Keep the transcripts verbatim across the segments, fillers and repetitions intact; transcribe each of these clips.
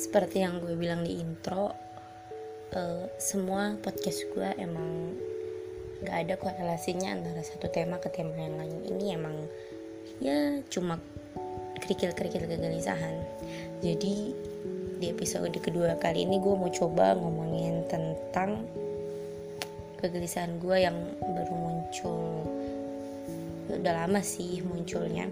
Seperti yang gue bilang di intro, uh, semua podcast gue emang gak ada korelasinya antara satu tema ke tema yang lain. Ini emang ya cuma kerikil-kerikil kegelisahan. Jadi di episode kedua kali ini gue mau coba ngomongin tentang kegelisahan gue yang baru muncul. Udah lama sih munculnya.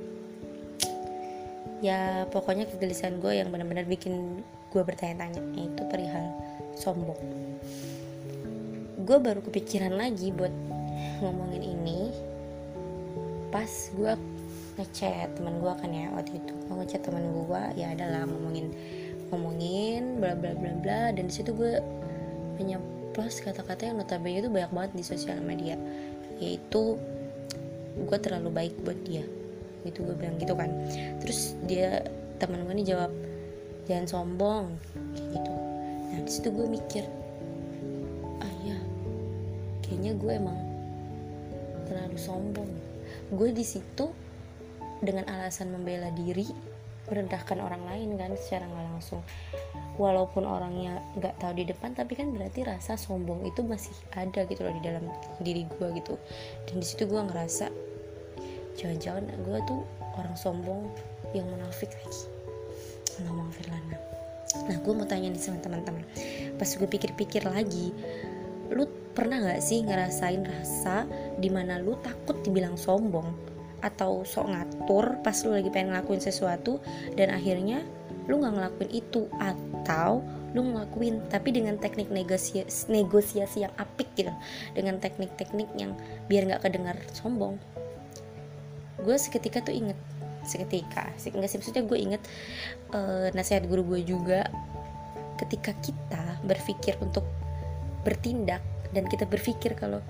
Ya pokoknya kegelisahan gue yang benar-benar bikin gue bertanya-tanya, yaitu perihal sombong. Gue baru kepikiran lagi buat ngomongin ini pas gue ngechat teman gue kan ya waktu itu. Gue ngechat teman gue, ya adalah ngomongin ngomongin bla bla bla bla, dan di situ gue menyeplos kata-kata yang notabene itu banyak banget di sosial media, yaitu gue terlalu baik buat dia. Itu gue bilang gitu kan. Terus dia teman gue ini jawab, jangan sombong kayak gitu. Nah di situ gue mikir, ah ya kayaknya gue emang terlalu sombong. Gue di situ dengan alasan membela diri merendahkan orang lain kan secara nggak langsung, walaupun orangnya nggak tahu di depan, tapi kan berarti rasa sombong itu masih ada gitu loh di dalam diri gue gitu. Dan di situ gue ngerasa jangan-jangan gue tuh orang sombong yang munafik lagi. Ngomong Firlana. Nah gue mau tanya nih sama teman-teman, pas gue pikir-pikir lagi, lu pernah nggak sih ngerasain rasa dimana lu takut dibilang sombong atau sok ngatur pas lu lagi pengen ngelakuin sesuatu dan akhirnya lu nggak ngelakuin itu, atau lu ngelakuin tapi dengan teknik negosiasi, negosiasi yang apik gitu, dengan teknik-teknik yang biar nggak kedengar sombong. Gue seketika tuh inget, seketika enggak sih, maksudnya gue inget uh, nasihat guru gue juga, ketika kita berpikir untuk bertindak dan kita berpikir kalau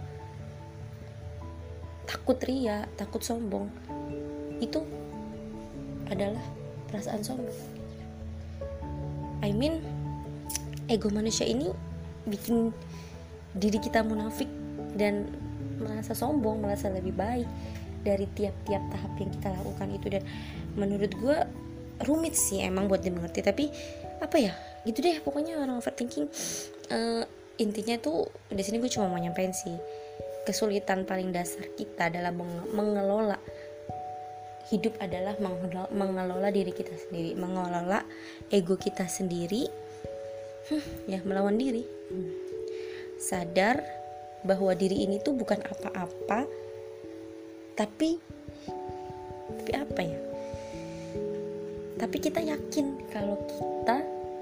takut ria, takut sombong, itu adalah perasaan sombong. I mean, ego manusia ini bikin diri kita munafik dan merasa sombong, merasa lebih baik dari tiap-tiap tahap yang kita lakukan itu. Dan menurut gue rumit sih emang buat dimengerti, tapi apa ya gitu deh pokoknya orang overthinking. Uh, intinya tuh di sini gue cuma mau nyampein sih, kesulitan paling dasar kita dalam mengelola hidup adalah mengelola, mengelola diri kita sendiri, mengelola ego kita sendiri, hmm, ya melawan diri, hmm. sadar bahwa diri ini tuh bukan apa-apa, tapi tapi apa ya? Tapi kita yakin kalau kita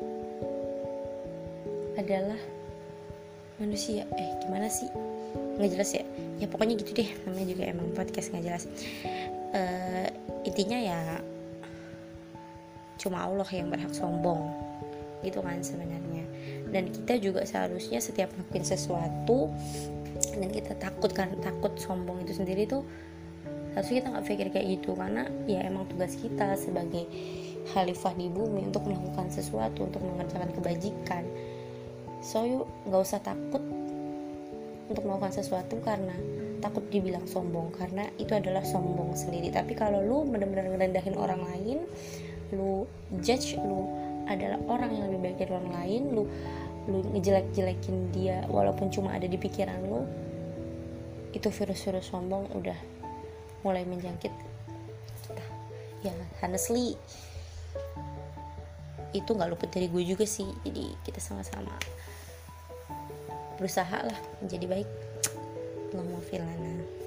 adalah manusia. Eh gimana sih? Nggak jelas ya. Ya pokoknya gitu deh. Namanya juga emang podcast nggak jelas. Uh, intinya ya cuma Allah yang berhak sombong. Gitu kan sebenarnya. Dan kita juga seharusnya setiap melakukan sesuatu dan kita takut karena takut sombong itu sendiri tuh, harusnya kita nggak pikir kayak gitu, karena ya emang tugas kita sebagai khalifah di bumi untuk melakukan sesuatu, untuk mengerjakan kebajikan. So yuk nggak usah takut untuk melakukan sesuatu karena takut dibilang sombong, karena itu adalah sombong sendiri. Tapi kalau lu benar-benar ngerendahin orang lain, lu judge lu adalah orang yang lebih baik dari orang lain, lu lu ngejelek-jelekin dia walaupun cuma ada di pikiran lu, itu virus-virus sombong udah mulai menjangkit kita. Ya honestly itu nggak luput dari gue juga sih. Jadi kita sama-sama berusaha lah menjadi baik. Allahumma firlana.